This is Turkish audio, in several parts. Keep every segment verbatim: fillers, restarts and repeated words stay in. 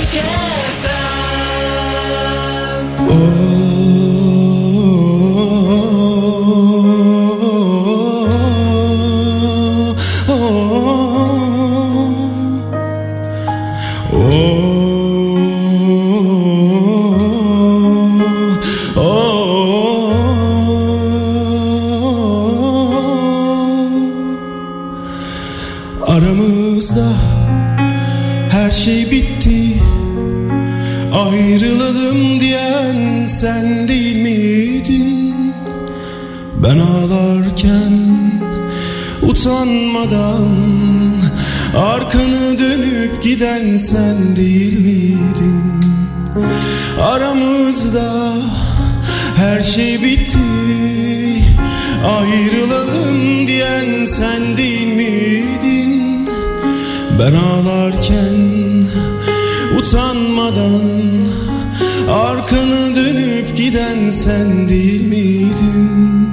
Aramızda her şey bitti, ayrılalım diyen sen değil miydin? Ben ağlarken utanmadan arkanı dönüp giden sen değil miydin? Aramızda her şey bitti, ayrılalım diyen sen değil miydin? Ben ağlarken utanmadan arkanı dönüp giden sen değil miydin?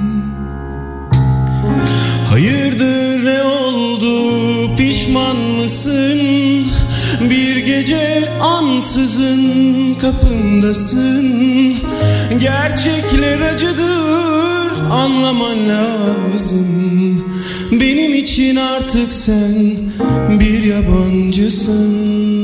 Hayırdır ne oldu, pişman mısın? Bir gece ansızın kapımdasın. Gerçekler acıdır, anlaman lazım. Benim için artık sen bir yabancısın.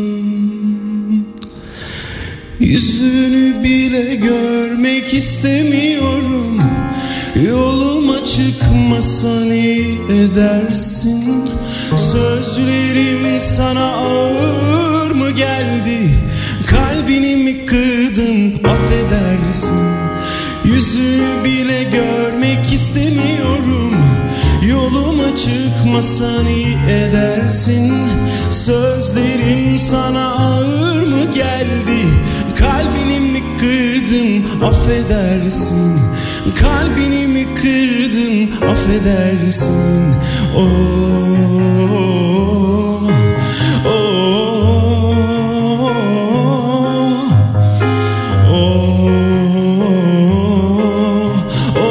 Yüzünü bile görmek istemiyorum. Yoluma çıkmasan iyi edersin. Sözlerim sana ağır mı geldi? Kalbini mi kırdım, affedersin. Yüzünü bile görmek istemiyorum. Yoluma çıkmasan iyi edersin. Sözlerim sana ağır mı geldi? Kalbini mi kırdım, affedersin. Kalbini mi kırdım, affedersin. Oh, oh, oh, oh,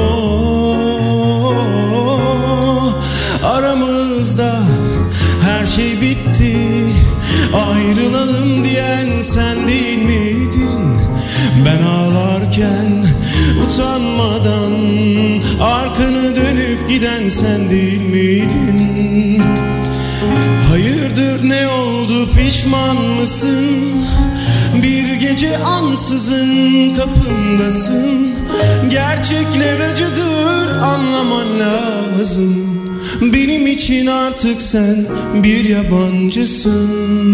oh. Aramızda her şey bitti, ayrılalım diyen sen değil miydin? Ben ağlarken utanmadan arkanı dönüp giden sen değil miydin? Hayırdır ne oldu, pişman mısın? Bir gece ansızın kapımdasın. Gerçekler acıdır, anlaman lazım. Benim için artık sen bir yabancısın.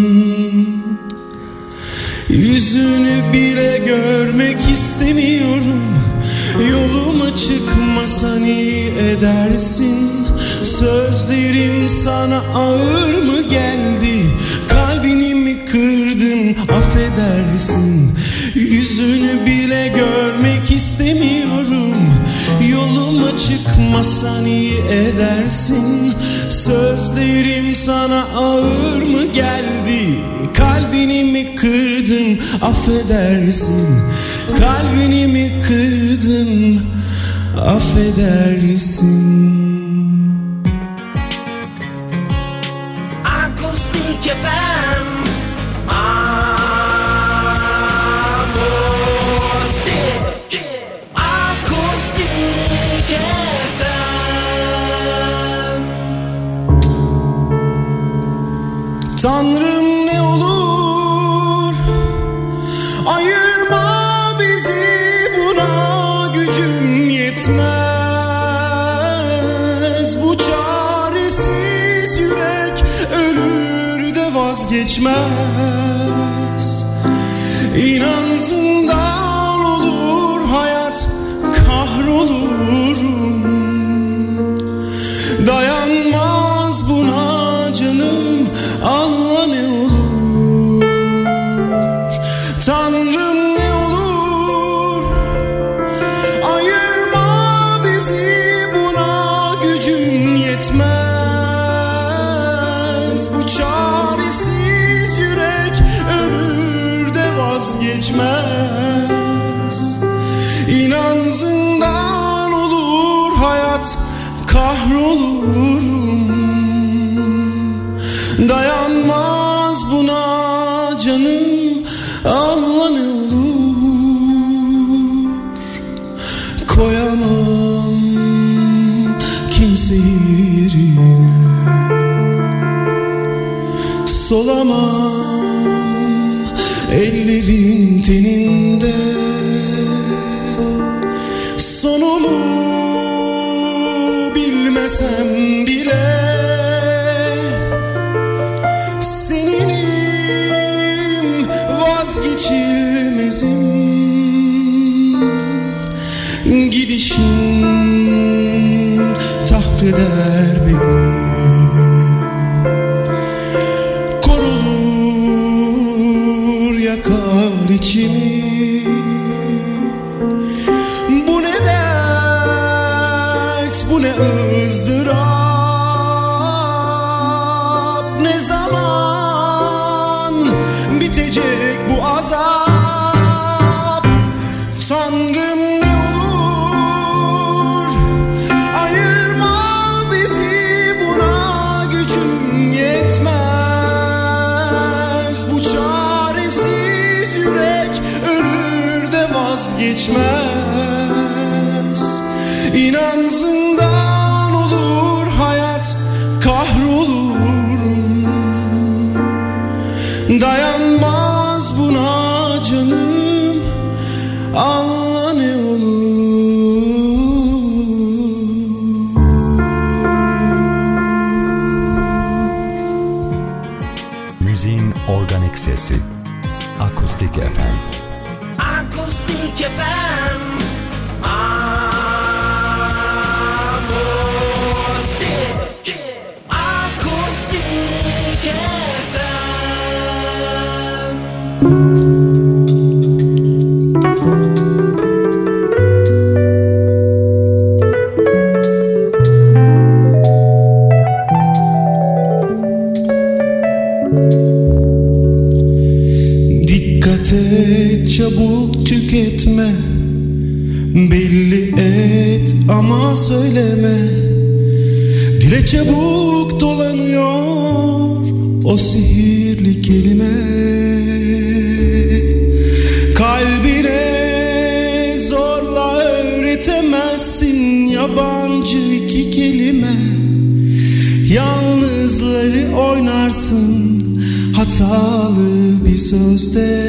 Yüzünü bile görmek istemiyorum. Yoluma çıkmasan iyi edersin. Sözlerim sana ağır mı geldi? Kalbini mi kırdım, affedersin. Yüzünü bile görmek istemiyorum. Yoluma çıkmasan iyi edersin. Sözlerim sana ağır mı geldi? Kalbini mi kırdım, affedersin. Kalbini mi kırdım, affedersin. Akustik F M. Tanrım ne olur ayırma bizi, buna gücüm yetmez. Bu çaresiz yürek ölür de vazgeçmez. İnan zindan olur hayat, kahrolurum. Dayanmaz buna canım, anla ne olur. Tanrım ne olur ayırma bizi, buna gücüm yetmez. Bu çaresiz yürek ölür de vazgeçmez. İnan zindan olur hayat, kahrolurum. Dayanmaz buna canım, solamam ellerin teninde. Sonumu bilmesem bile seninim, vazgeçilmezim. Gidişin tahreder beni, korulur yakar içimi. Bu ne dert, bu ne ızdırap, ne zaman bitecek bu azap? Tanrım ne olur ayırma bizi, buna gücüm yetmez. Bu çaresiz yürek ölür de vazgeçmez. İnan zindan olur hayat, kahrolurum. Dayanmaz buna canım, anla ne olur. Müziğin organik sesi Akustik F M. Akustik F M. Dikkat et, çabuk tüketme, belli et ama söyleme. Dile çabuk dolanıyor o sihirli kelime. Kalbine zorla öğretemezsin yabancı iki kelime. Yalnızları oynarsın hatalı bir sözde.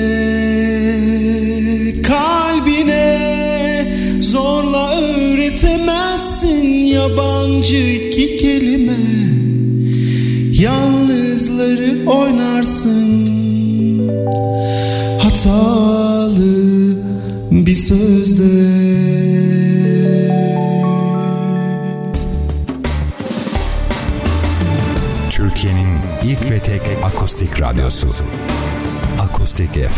Kalbine zorla öğretemezsin yabancı iki kelime. Yalnızları oynarsın hatalı bir sözde. Türkiye'nin ilk ve tek akustik radyosu Akustik F M.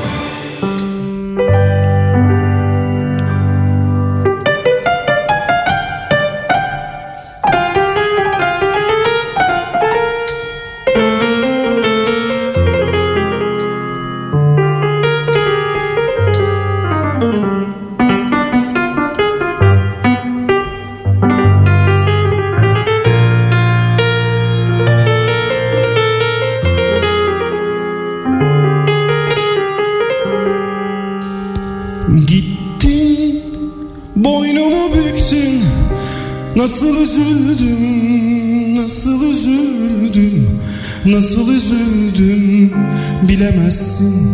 Gittin, boynumu büktün. Nasıl üzüldüm, nasıl üzüldüm, nasıl üzüldüm bilemezsin.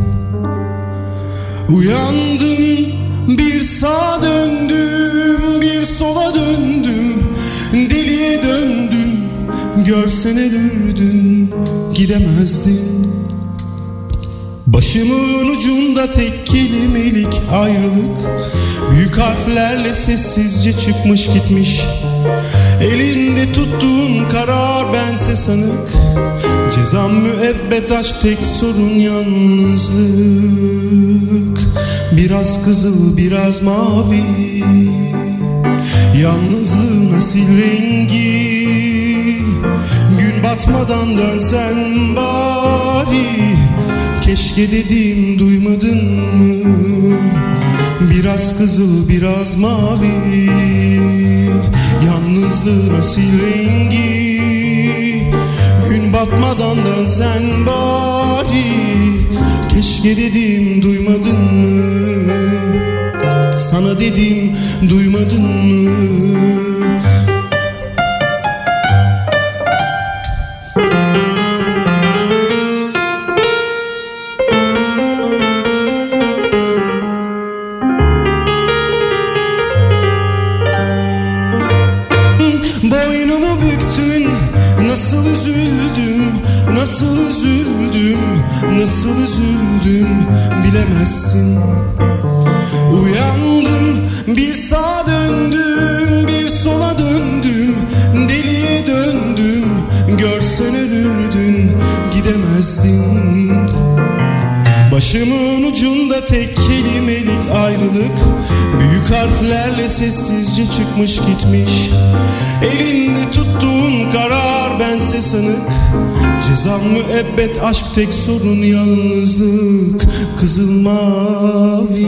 Uyandım, bir sağa döndüm, bir sola döndüm, deliye döndüm. Görsen ölürdün, gidemezdin. Başımın ucunda tek kelimelik ayrılık, büyük harflerle sessizce çıkmış gitmiş. Elinde tuttuğun karar, bense sanık. Cezam müebbet, aşk tek sorun yalnızlık. Biraz kızıl biraz mavi, yalnızlığın asil rengi. Gün batmadan dönsen bari, keşke dediğim duymadın mı? Biraz kızıl biraz mavi, yalnızlığın asil rengi. Gün batmadan dönsen bari, keşke dediğim duymadın mı? Sana dedim duymadın mı? üzüldüm, nasıl üzüldüm bilemezsin. Uyandım, bir sağa döndüm, bir sola döndüm, deliye döndüm. Görsen ölürdün, gidemezdin. Başımın ucunda tek kelimelik ayrılık, büyük harflerle sessizce çıkmış gitmiş. Elinde tuttuğun karar, bense sanık. Cezam müebbet, aşk tek sorun yalnızlık. Kızıl mavi.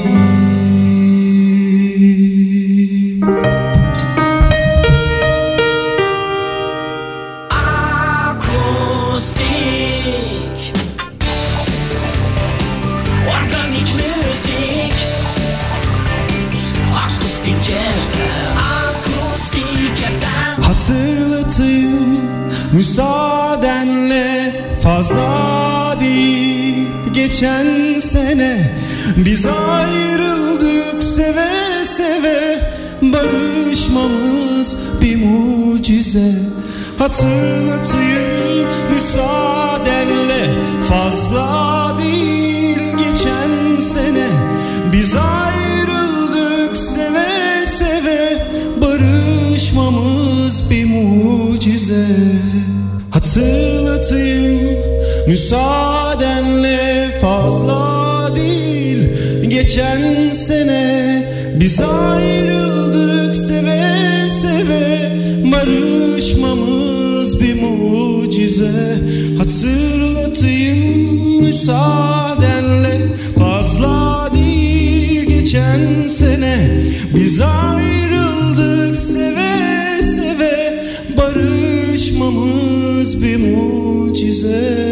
Hatırlatayım müsaadenle, fazla değil geçen sene biz ayrıldık seve seve, barışmamız bir mucize. Hatırlatayım müsaadenle, fazla değil geçen sene biz ayrıldık seve seve, barışmamız bir mucize. Hatırlatayım müsaadenle, fazla değil geçen sene biz ayrıldık seve seve, barışmamız bir mucize. Hatırlatayım müsaadenle, fazla değil geçen sene biz ayrıldık seve seve, barışmamız bir mucize.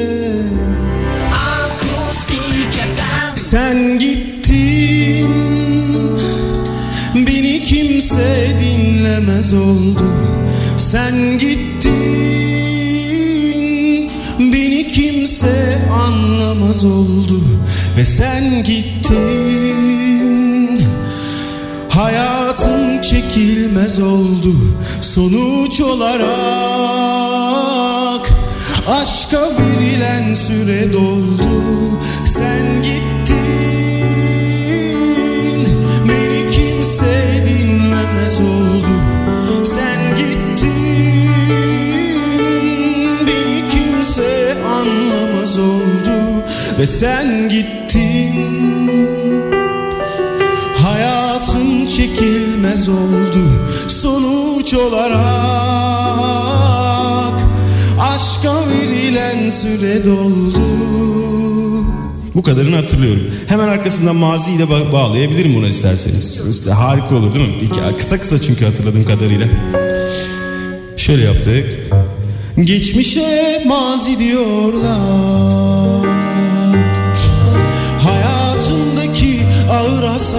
Sen gittin, beni kimse dinlemez oldu. Sen gittin, beni kimse anlamaz oldu. Ve sen gittin, hayatım çekilmez oldu. Sonuç olarak aşka verilen süre doldu. Sen gittin, beni kimse dinlemez oldu. Sen gittin, beni kimse anlamaz oldu. Ve sen gittin, hayatım çekilmez oldu. Sonuç olarak aşka verilen süre doldu. Bu kadarını hatırlıyorum. Hemen arkasından maziyi de ba- bağlayabilirim buna isterseniz. İşte harika olur değil mi? İki, kısa kısa çünkü hatırladığım kadarıyla. Şöyle yaptık. Geçmişe mazi diyorlar, hayatımdaki ağır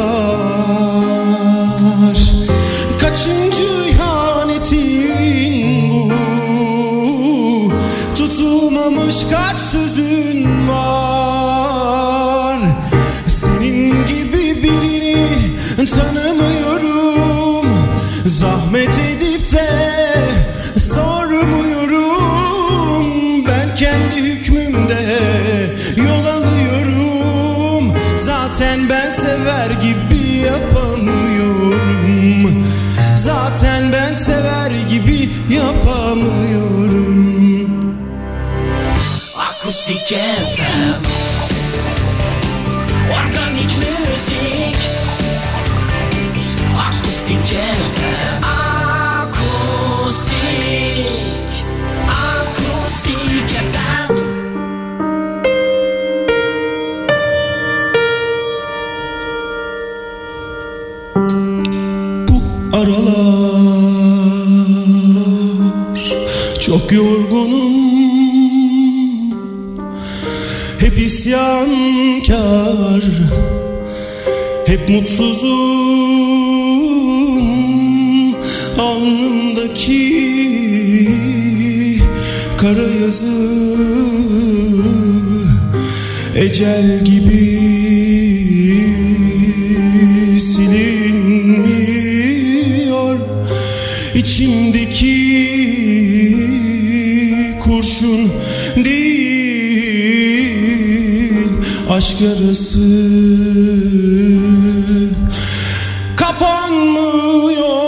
hasar. Kaçıncı ihanetin bu? Tutulmamış kaç sözün var? Senin gibi birini tanımıyorum. Zahmet edip de sormuyorum. Ben kendi hükmümde yol alıyorum. Zaten ben sever gibi yapamıyorum. Zaten ben sever gibi yapamıyorum. Akustik F M, organik müzik. Akustik F M, akustik, akustik F M. Bu aralar çok yorgunum, hep isyankar, hep mutsuzum. Alnımdaki kara yazı ecel gibi silinmiyor. İçimdeki kurşun değil aşk yarası kapanmıyor.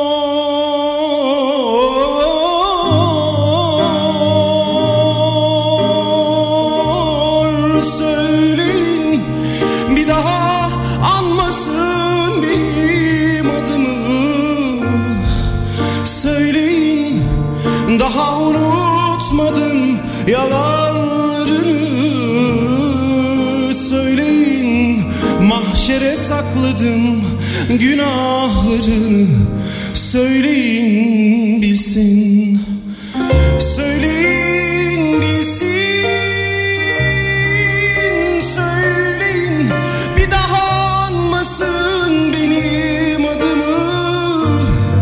Söyleyin bir daha anmasın benim adımı. Söyleyin daha unutmadım yalanlarını. Söyleyin mahşere sakladım günahlarını. Söyleyin bilsin, söyleyin bilsin. Söyleyin bir daha anmasın benim adımı.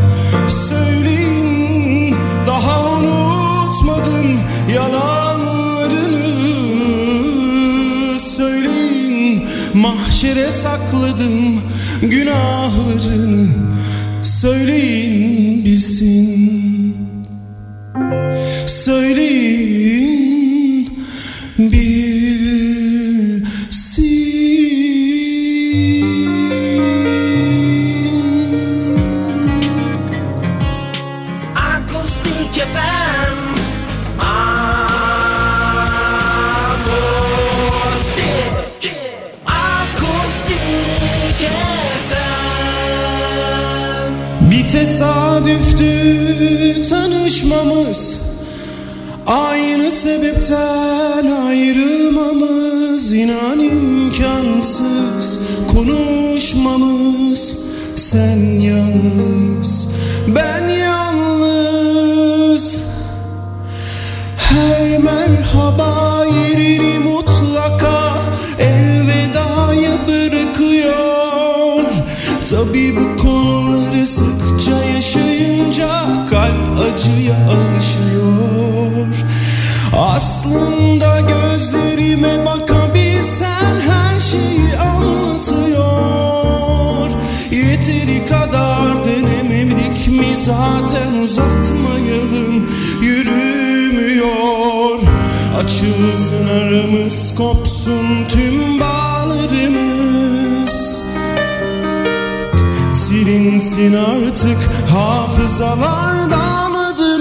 Söyleyin daha unutmadım yalanlarını. Söyleyin mahşere sakladım günahlarını. Söyleyin bilsin, söyleyin bilsin. Akustik F M. Akustik. Akustik F M. Bir tesadüftü tanışmamız, aynı sebepten ayrılmamız. İnan imkansız konuşmamız. Sen yalnız, ben yalnız. Her merhaba yerini mutlaka elvedaya bırakıyor. Tabii bu konuları sıkça yaşayınca kalp acıya alışıyor. Aslında gözlerime bakabilsen her şeyi anlatıyor. Yeteri kadar denemedik mi zaten, uzatmayalım, yürümüyor. Açılsın aramız, kopsun tüm bağlarımız. Silinsin artık hafızalardan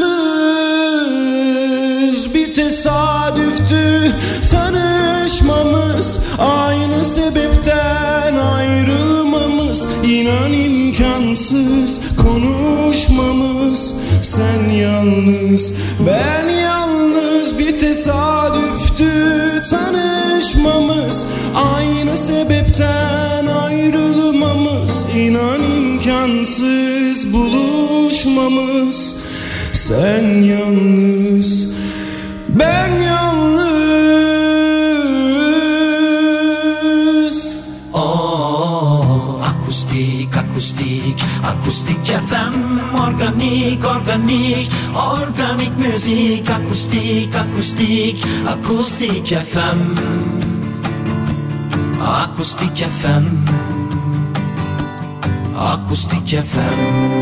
adımız. Bir tesadüftü tanışmamız, aynı sebepten ayrılmamız. İnan imkansız konuşmamız. Sen yalnız, ben yalnız. Bir tesadüftü tanışmamız, aynı sebepten ayrılmamız. İnan imkansız buluşmamız. Sen yalnız, ben yalnız. Oh, akustik, akustik, akustik F M. Organik, organik, organik müzik. Akustik, akustik, akustik F M. Akustik F M. Akustik F M.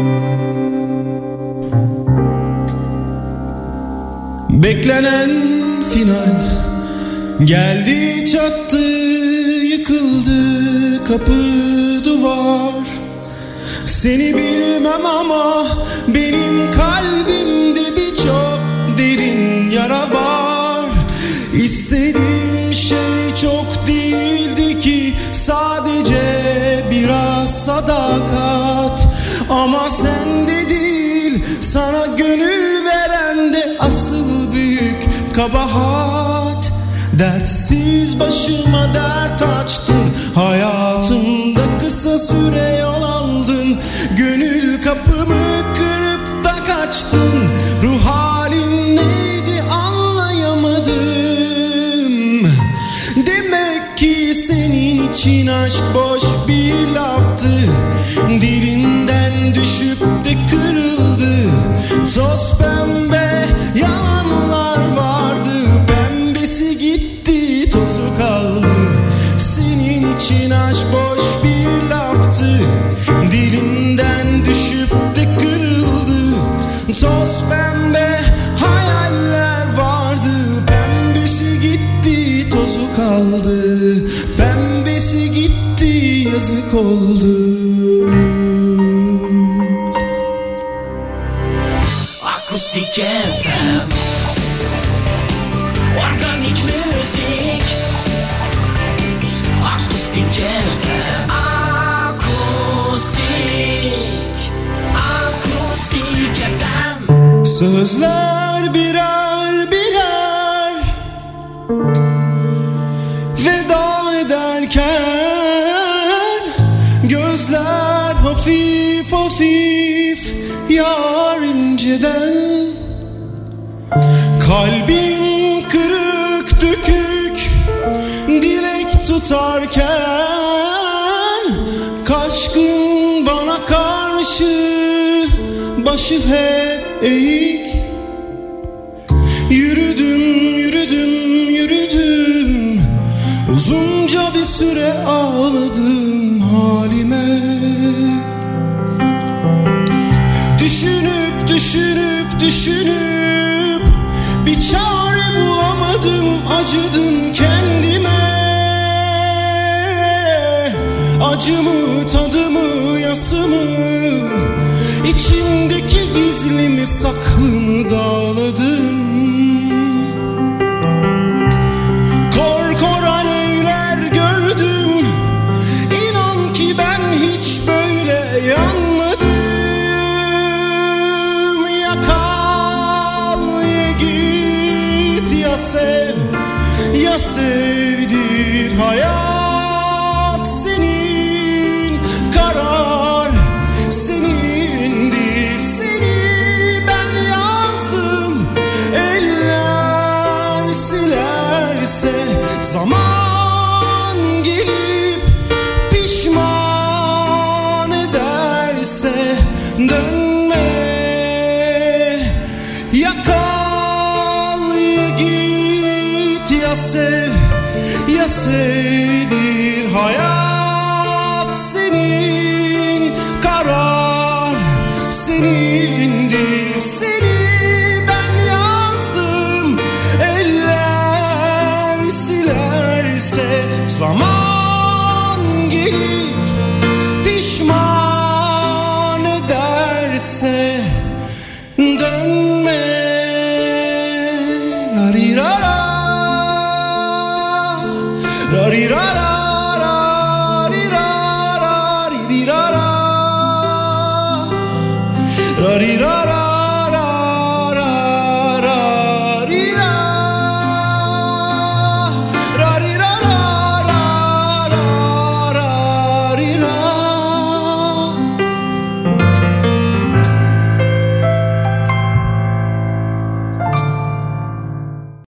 Beklenen final geldi çattı, yıkıldı kapı duvar. Seni bilmem ama benim kalbimde birçok derin yara var. İstediğim şey çok değildi ki, sadece biraz sadakat. Ama sende değil, sana gönül verende asıl büyük kabahat. Dertsiz başıma dert açtın, hayatımda kısa süre yol aldın. Gönül kapımı kırıp da kaçtın. Ruh halin neydi anlayamadım. Demek ki senin için aşk boş bir laftı. Dilinden düşüp de kırıldı. Toz pembe yalanlar vardı, pembesi gitti, tozu kaldı. Senin için aşk boş bir laftı. Dilinden düşüp de kırıldı. Toz pembe hayaller vardı, pembesi gitti, tozu kaldı. yazık oldu. Akustik F M, organik müzik. Akustik F M, akustik, akustik F M. Sözler birer birer veda ederken, gözler hafif hafif yar inceden. Kalbim kırık dökük dilek tutarken, kaşkın bana karşı başı hep eğik. Yürüdüm yürüdüm yürüdüm, uzunca bir süre ağladım halime. Düşünüp düşünüp düşünüp bir çare bulamadım, acıdım kendime. Acımı, tadımı, yasımı, içimdeki gizlimi, saklımı dağladım. Kor kor alevler gördüm, inan ki ben hiç böyle yanmadım. Yakal ya git, ya sev ya sevdir hayat senin, karar senindir. Seni ben yazdım, eller silerse zaman gelip pişman ederse dönme. Yakal ya git, ya sev ya sevdir hayat senin, karar senindir. Seni ben yazdım, eller silerse zaman gelip pişman ederse dönme. Rarirara, rarirara, rarirara, rarirara, rarirara.